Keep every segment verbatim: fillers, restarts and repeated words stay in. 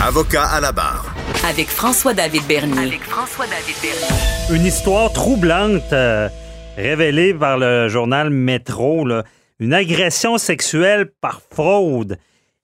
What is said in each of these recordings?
Avocat à la barre. Avec François-David Bernier. Avec François-David Bernier. Une histoire troublante euh, révélée par le journal Métro, là. Une agression sexuelle par fraude.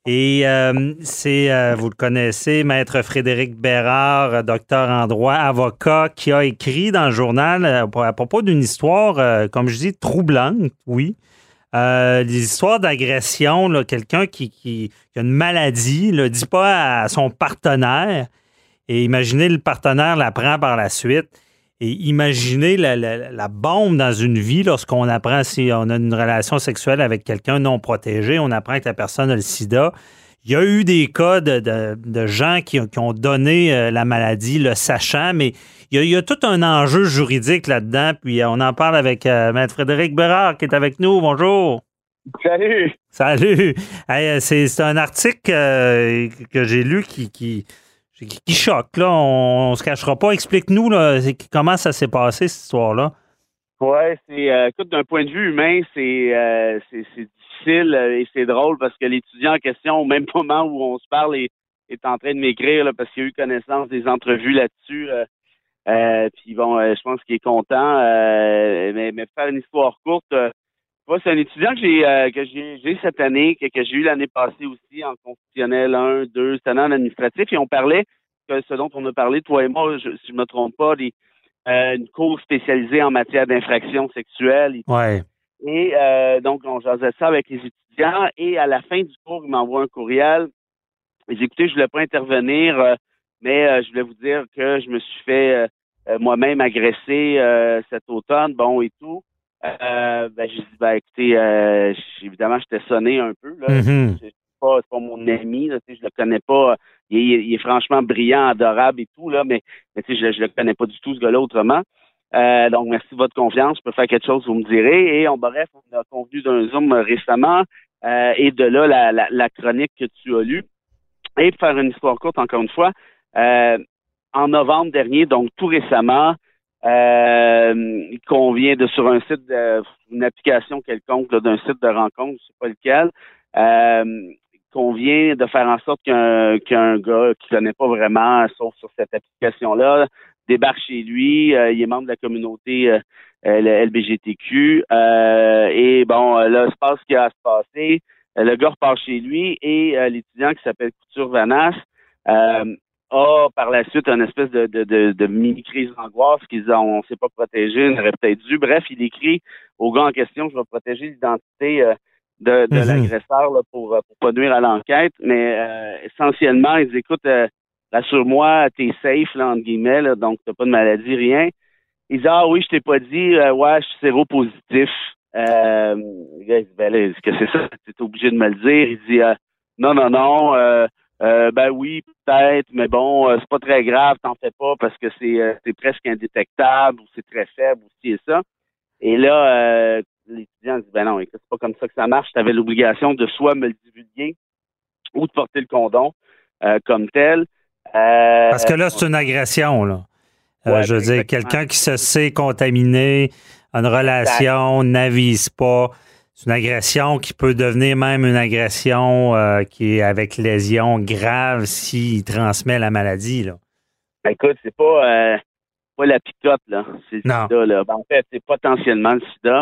Et euh, c'est, euh, vous le connaissez, Maître Frédéric Bérard, docteur en droit, avocat, qui a écrit dans le journal euh, à propos d'une histoire, euh, comme je dis, troublante, oui. Euh, des histoires d'agression, là, quelqu'un qui, qui, qui a une maladie, ne le dit pas à son partenaire. Et imaginez, le partenaire l'apprend par la suite. Et imaginez la, la, la bombe dans une vie lorsqu'on apprend si on a une relation sexuelle avec quelqu'un non protégé, on apprend que la personne a le sida. Il y a eu des cas de, de, de gens qui, qui ont donné euh, la maladie, le sachant, mais il y, a, il y a tout un enjeu juridique là-dedans. Puis euh, on en parle avec euh, Maître Frédéric Bérard qui est avec nous. Bonjour. Salut. Salut. Hey, c'est, c'est un article euh, que j'ai lu qui... qui Qui, qui choque, là. On, on se cachera pas. Explique-nous, là, comment ça s'est passé, cette histoire-là. Oui, c'est, euh, écoute, d'un point de vue humain, c'est, euh, c'est, c'est difficile euh, et c'est drôle parce que l'étudiant en question, au même moment où on se parle, est, est en train de m'écrire, là, parce qu'il a eu connaissance des entrevues là-dessus. Euh, euh, puis bon, euh, je pense qu'il est content. Euh, mais, mais faire une histoire courte, euh, moi, c'est un étudiant que j'ai euh, que j'ai, j'ai cette année, que, que j'ai eu l'année passée aussi en constitutionnel un, deux, cette année en administratif, et on parlait, que ce dont on a parlé, toi et moi, je, si je me trompe pas, des, euh, une cour spécialisée en matière d'infraction sexuelle. Et, ouais. et euh, donc, on jasait ça avec les étudiants, et à la fin du cours, il m'envoie un courriel. Et j'ai écouté, je voulais pas intervenir, euh, mais euh, je voulais vous dire que je me suis fait euh, moi-même agresser euh, cet automne, bon, et tout. Euh, ben, j'ai dit, ben, écoutez, euh, évidemment, j'étais sonné un peu, là. Mm-hmm. C'est pas, c'est pas mon ami, là, tu sais, je le connais pas. Il est, il est franchement brillant, adorable et tout, là, mais, mais tu sais, je, je le connais pas du tout, ce gars-là, autrement. Euh, donc, merci de votre confiance. Je peux faire quelque chose, vous me direz. Et on, bref, on a convenu d'un Zoom récemment, euh, et de là, la, la, la chronique que tu as lue. Et pour faire une histoire courte, encore une fois, euh, en novembre dernier, donc tout récemment, Euh, il convient de sur un site, de, une application quelconque là, d'un site de rencontre, je sais pas lequel, euh, il convient de faire en sorte qu'un, qu'un gars qui connaît pas vraiment, sauf sur cette application-là, débarque chez lui. Euh, il est membre de la communauté euh, L G B T Q. Euh, et bon, là, se passe ce qu'il a à se passer. Le gars repart chez lui et euh, l'étudiant qui s'appelle Couture Vanasse euh, a par la suite une espèce de, de, de, de mini-crise d'angoisse qu'ils disent on ne s'est pas protégé, on aurait peut-être dû. Bref, il écrit au gars en question, je vais protéger l'identité euh, de, de mm-hmm. l'agresseur là, pour, pour pas nuire à l'enquête. Mais euh, essentiellement, ils disent écoute, euh, rassure-moi, t'es safe, là, entre guillemets, là, donc t'as pas de maladie, rien. Ils disent ah oui, je t'ai pas dit, euh, ouais, je suis séropositif. Euh, il dit, ben là, est-ce que c'est ça? Tu es obligé de me le dire. Il dit euh, non, non, non, euh, Euh, ben oui, peut-être, mais bon, euh, c'est pas très grave, t'en fais pas parce que c'est, euh, c'est presque indétectable ou c'est très faible ou ci et ça. Et là, euh, l'étudiant dit, ben non, écoute, c'est pas comme ça que ça marche. T'avais l'obligation de soit me le divulguer ou de porter le condom euh, comme tel. Euh, parce que là, c'est une agression, là. Euh, ouais, je veux dire, quelqu'un qui se sait contaminé, une relation, n'avise pas. C'est une agression qui peut devenir même une agression euh, qui est avec lésion grave s'il transmet la maladie, là. Écoute, c'est pas, euh, pas la picote, là. C'est le non. sida, là. Ben, en fait, c'est potentiellement le sida.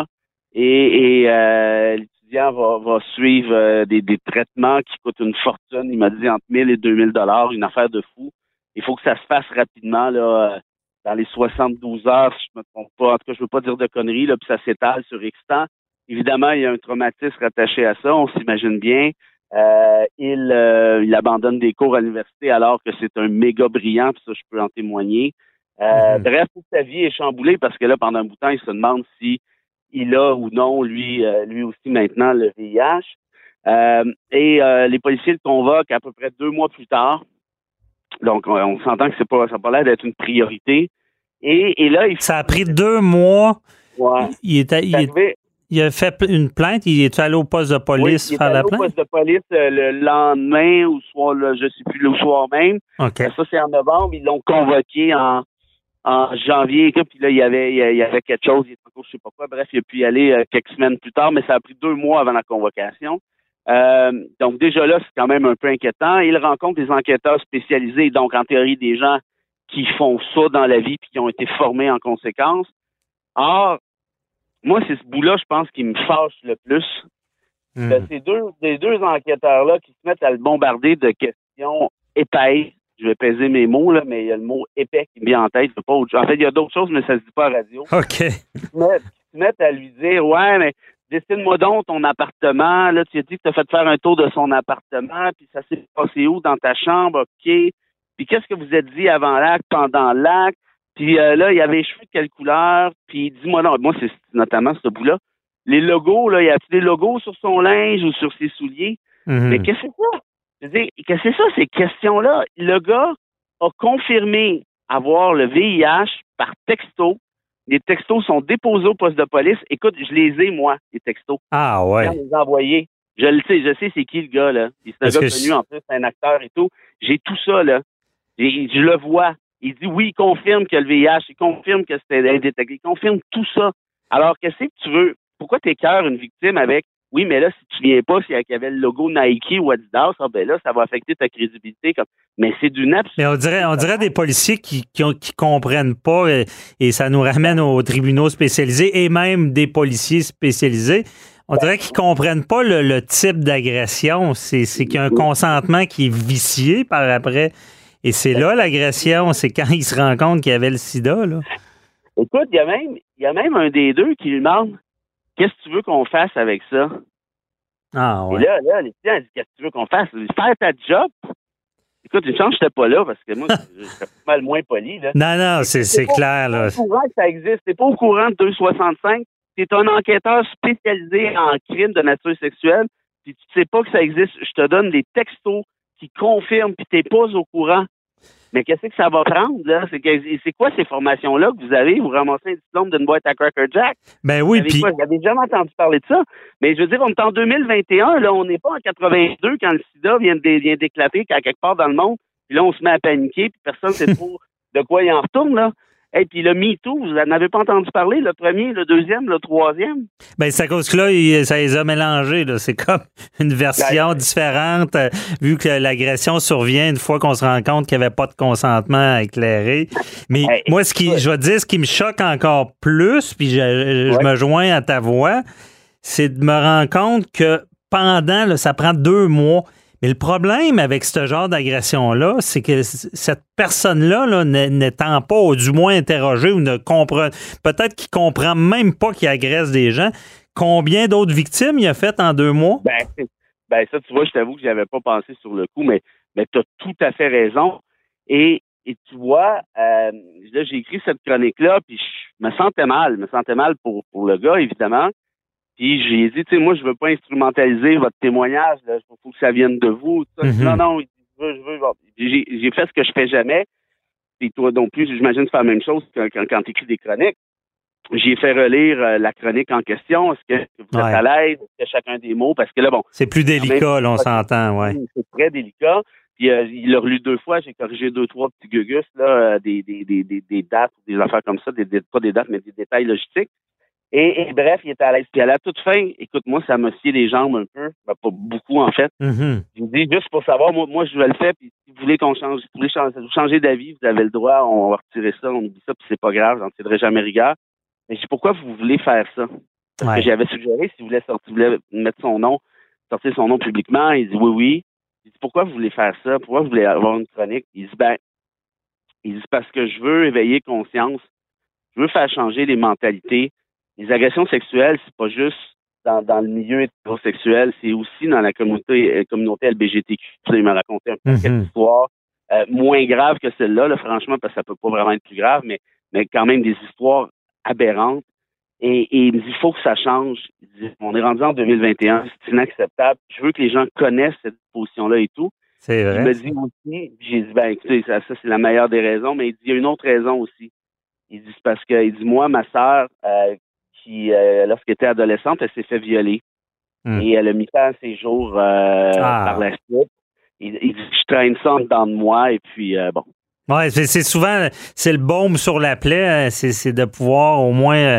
Et, et euh, l'étudiant va, va suivre euh, des, des traitements qui coûtent une fortune. Il m'a dit entre mille et deux mille dollars, une affaire de fou. Il faut que ça se fasse rapidement, là, dans les soixante-douze heures, si je me trompe pas. En tout cas, je veux pas dire de conneries, là, puis ça s'étale sur X temps. Évidemment, il y a un traumatisme rattaché à ça, on s'imagine bien. Euh, il, euh, il abandonne des cours à l'université alors que c'est un méga brillant, puis ça, je peux en témoigner. Euh, mm-hmm. Bref, toute sa vie est chamboulée parce que là, pendant un bout de temps, il se demande si il a ou non, lui, euh, lui aussi maintenant, le V I H. Euh, et euh, les policiers le convoquent à peu près deux mois plus tard. Donc, on, on s'entend que c'est pas, ça n'a pas l'air d'être une priorité. Et, et là, il ça a pris deux mois. Ouais. Il est, il est... Il a fait une plainte, il est allé au poste de police oui, faire la plainte? Il est allé au poste de police euh, le lendemain ou soit, là, je sais plus, le soir même. Okay. Ça, c'est en novembre. Ils l'ont convoqué en, en janvier. Puis là, il y avait, il y avait quelque chose, il était encore, je sais pas quoi. Bref, il a pu y aller euh, quelques semaines plus tard, mais ça a pris deux mois avant la convocation. Euh, donc, déjà là, c'est quand même un peu inquiétant. Il rencontre des enquêteurs spécialisés, donc en théorie des gens qui font ça dans la vie puis qui ont été formés en conséquence. Or, moi, c'est ce bout-là, je pense, qui me fâche le plus. Mmh. De ces deux, des deux enquêteurs-là qui se mettent à le bombarder de questions épais. Je vais peser mes mots, là, mais il y a le mot épais qui me vient en tête. Pas autre... En fait, il y a d'autres choses, mais ça se dit pas à la radio. OK. Ils se mettent, ils se mettent à lui dire, ouais, mais dessine-moi donc ton appartement. Là, tu as dit que tu as fait faire un tour de son appartement, puis ça s'est passé où dans ta chambre, OK. Puis qu'est-ce que vous êtes dit avant l'acte, pendant l'acte? Puis euh, là, il y avait les cheveux de quelle couleur? Puis dis-moi non, moi, c'est notamment ce bout-là. Les logos, là, il y a des logos sur son linge ou sur ses souliers. Mm-hmm. Mais qu'est-ce que c'est ça? Je veux dire, qu'est-ce que c'est ça, ces questions-là? Le gars a confirmé avoir le V I H par texto. Les textos sont déposés au poste de police. Écoute, je les ai, moi, les textos. Ah, ouais. Je les ai envoyés. Je le sais, je sais c'est qui le gars, là. C'est un Parce gars connu, je... en plus, c'est un acteur et tout. J'ai tout ça, là. J'ai, je le vois. Il dit oui, il confirme que le V I H, il confirme que c'était indétectable, il confirme tout ça. Alors, qu'est-ce que tu veux? Pourquoi t'écœures une victime avec oui, mais là, si tu viens pas, s'il y avait le logo Nike ou Adidas, ah ben là, ça va affecter ta crédibilité. Comme... Mais c'est d'une absurdité. Mais on dirait, on dirait des policiers qui, qui, qui comprennent pas et, et ça nous ramène aux tribunaux spécialisés et même des policiers spécialisés. On dirait qu'ils comprennent pas le, le type d'agression. C'est, c'est qu'il y a un consentement qui est vicié par après. Et c'est là l'agression, c'est quand ils se rendent compte qu'il y avait le sida, là. Écoute, il y a même, il y a même un des deux qui lui demande qu'est-ce que tu veux qu'on fasse avec ça? Ah ouais. Et là, là, les clients disent qu'est-ce que tu veux qu'on fasse? Faire ta job? Écoute, une chance, je n'étais pas là parce que moi, je serais pas mal moins poli, là. Non, non, c'est, c'est clair, là. Tu n'es pas au courant que ça existe. Tu n'es pas au courant de deux soixante-cinq. Tu es un enquêteur spécialisé en crimes de nature sexuelle. Puis tu ne sais pas que ça existe. Je te donne des textos qui confirment, puis tu n'es pas au courant. Mais qu'est-ce que ça va prendre, là? C'est, que, c'est quoi ces formations-là que vous avez? Vous ramassez un diplôme d'une boîte à Cracker Jack? Ben oui, puis... J'avais jamais entendu parler de ça. Mais je veux dire, on est en deux mille vingt et un, là, on n'est pas en quatre-vingt-deux quand le sida vient, de, vient d'éclater quelque part dans le monde. Puis là, on se met à paniquer, puis personne ne sait trop de quoi il en retourne, là. Et hey, puis le MeToo, vous n'en avez pas entendu parler, le premier, le deuxième, le troisième? Bien, c'est à cause que là, il, ça les a mélangés. Là. C'est comme une version ben, différente, euh, vu que l'agression survient une fois qu'on se rend compte qu'il n'y avait pas de consentement éclairé. Mais hey, moi, ce qui, ouais. je vais te dire, ce qui me choque encore plus, puis je, je, ouais. je me joins à ta voix, c'est de me rendre compte que pendant, là, ça prend deux mois. Mais le problème avec ce genre d'agression-là, c'est que cette personne-là, là, n'étant pas, ou du moins interrogée, ou ne comprend, peut-être qu'il ne comprend même pas qu'il agresse des gens, combien d'autres victimes il a fait en deux mois? Ben, ben ça, tu vois, je t'avoue que je n'avais pas pensé sur le coup, mais, mais tu as tout à fait raison. Et, et tu vois, euh, là, j'ai écrit cette chronique-là, puis je me sentais mal. Je me sentais mal pour, pour le gars, évidemment. Puis j'ai dit, tu sais, moi, je veux pas instrumentaliser votre témoignage, là. Il faut que ça vienne de vous. Mm-hmm. Non, non, je veux, je veux. J'ai, j'ai fait ce que je fais jamais. Puis toi non plus, j'imagine que tu fais la même chose quand, quand, quand tu écris des chroniques. J'ai fait relire euh, la chronique en question. Est-ce que vous ouais. êtes à l'aise? Est-ce que chacun des mots? Parce que là, bon. C'est plus délicat, là, on s'entend, ouais. C'est très délicat. Puis euh, il l'a relu deux fois. J'ai corrigé deux, trois petits gugus, là, des, des, des, des, des dates, des affaires comme ça, des, des, pas des dates, mais des détails logistiques. Et, et bref, il était à l'aise. Puis à la toute fin, écoute, moi, ça m'a scié les jambes un peu. Ben, pas beaucoup, en fait. Mm-hmm. Je vous dis, juste pour savoir, moi, moi je le fais, puis si vous voulez qu'on change, si vous voulez changer, vous changer d'avis, vous avez le droit, on va retirer ça, on oublie ça, puis c'est pas grave, j'en tirerai jamais rigueur. Mais je dis, pourquoi vous voulez faire ça? Parce ouais. que j'avais suggéré, si vous voulez sortir, vous voulez mettre son nom, sortir son nom publiquement, il dit oui, oui. Je dis, pourquoi vous voulez faire ça? Pourquoi vous voulez avoir une chronique? Il dit, ben, il dit, parce que je veux éveiller conscience. Je veux faire changer les mentalités. Les agressions sexuelles, c'est pas juste dans, dans le milieu hétérosexuel, c'est aussi dans la communauté, communauté L G B T Q. Il m'a raconté un paquet mm-hmm. d'histoires euh, moins graves que celle-là, là, franchement, parce que ça peut pas vraiment être plus grave, mais, mais quand même des histoires aberrantes. Et, et il me dit, il faut que ça change. Il dit, on est rendu en deux mille vingt et un, c'est inacceptable. Je veux que les gens connaissent cette position-là et tout. C'est vrai. Il me dit aussi, j'ai dit, ben écoutez, ça, ça c'est la meilleure des raisons, mais il dit, il y a une autre raison aussi. Il dit, c'est parce que, il dit, moi, ma sœur, euh, qui, euh, lorsqu'elle était adolescente, elle s'est fait violer. Mm. Et elle a mis ça à ses jours euh, ah. par la suite. Il, il dit, je traîne ça en dedans de moi, et puis, euh, bon. Oui, c'est, c'est souvent, c'est le baume sur la plaie, c'est, c'est de pouvoir au moins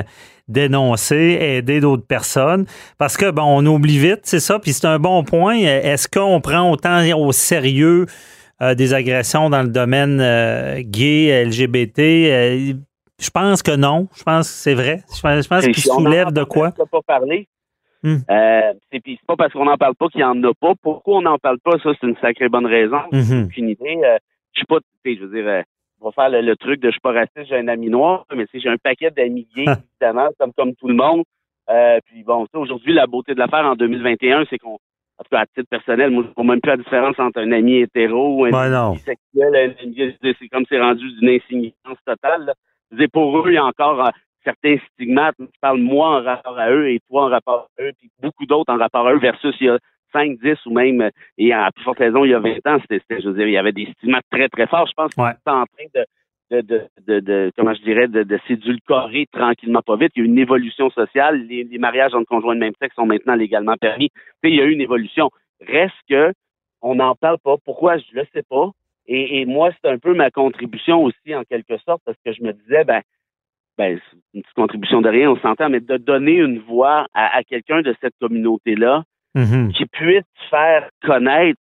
dénoncer, aider d'autres personnes. Parce que, bon, on oublie vite, c'est ça, puis c'est un bon point. Est-ce qu'on prend autant au sérieux euh, des agressions dans le domaine euh, gay, L G B T? Euh, je pense que non. Je pense que c'est vrai. Je pense, je pense qu'il soulève de quoi? On n'en pas parler. Hum. Euh, c'est, puis c'est pas parce qu'on n'en parle pas qu'il n'y en a pas. Pourquoi on n'en parle pas? Ça, c'est une sacrée bonne raison. Mm-hmm. J'ai aucune idée. Euh, je suis pas, je veux dire, euh, on va faire le, le truc de je suis pas raciste, j'ai un ami noir, mais j'ai un paquet d'amis gays, évidemment, comme, comme tout le monde. Euh, puis bon, aujourd'hui, la beauté de l'affaire en deux mille vingt et un, c'est qu'on, en tout cas, à titre personnel, moi, je ne vois même plus la différence entre un ami hétéro ou un ben ami bisexuel. Un, c'est comme c'est rendu d'une insignifiance totale. Là. Je veux dire, pour eux, il y a encore euh, certains stigmates. Je parle moi en rapport à eux et toi en rapport à eux, puis beaucoup d'autres en rapport à eux versus il y a cinq, dix ou même, et à plus forte raison, il y a vingt ans, c'était, c'était je veux dire, il y avait des stigmates très, très forts. Je pense qu'on ouais. est en train de, de, de, de, de comment je dirais, de, de s'édulcorer tranquillement, pas vite. Il y a eu une évolution sociale. Les, les mariages entre conjoints de même sexe sont maintenant légalement permis. Tu sais, il y a eu une évolution. Reste que, on n'en parle pas. Pourquoi? Je le sais pas. Et, et moi, c'est un peu ma contribution aussi, en quelque sorte, parce que je me disais, ben, ben, c'est une petite contribution de rien, on s'entend, mais de donner une voix à, à quelqu'un de cette communauté-là, mm-hmm. qui puisse faire connaître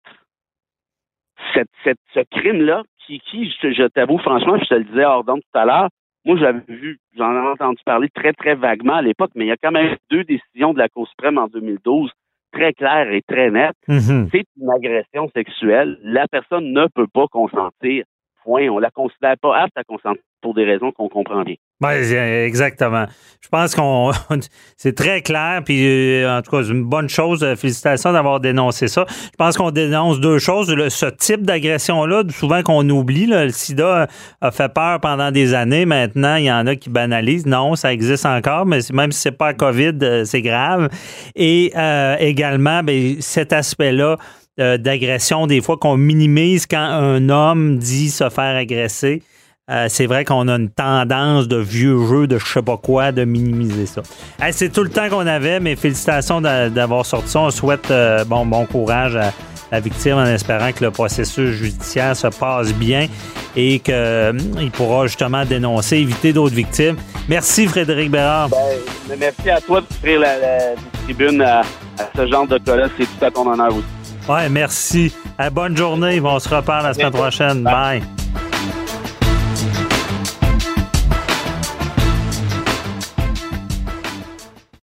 cette, cette, ce crime-là, qui, qui je, je t'avoue, franchement, je te le disais hors d'onde tout à l'heure, moi, j'avais vu, j'en ai entendu parler très, très vaguement à l'époque, mais il y a quand même deux décisions de la Cour suprême en deux mille douze, très claires et très nettes. Mm-hmm. C'est une agression sexuelle. La personne ne peut pas consentir. Point. On la considère pas apte à consentir pour des raisons qu'on comprend bien. Oui, exactement. Je pense qu'on c'est très clair, puis en tout cas, c'est une bonne chose. Félicitations d'avoir dénoncé ça. Je pense qu'on dénonce deux choses. Le, ce type d'agression-là, souvent qu'on oublie, là, le sida a fait peur pendant des années. Maintenant, il y en a qui banalisent. Non, ça existe encore, mais même si c'est pas la COVID, c'est grave. Et euh, également, bien, cet aspect-là euh, d'agression, des fois qu'on minimise quand un homme dit se faire agresser. Euh, c'est vrai qu'on a une tendance de vieux jeux, de je sais pas quoi, de minimiser ça. Hey, c'est tout le temps qu'on avait, mais félicitations d'a- d'avoir sorti ça. On souhaite euh, bon, bon courage à la victime en espérant que le processus judiciaire se passe bien et qu'il euh, pourra justement dénoncer, éviter d'autres victimes. Merci Frédéric Bérard. Ben, merci à toi d'offrir la, la tribune à, à ce genre de cas-là. C'est tout à ton honneur aussi. Ouais, merci. À bonne journée. On se reparle la semaine prochaine. Bye. Bye.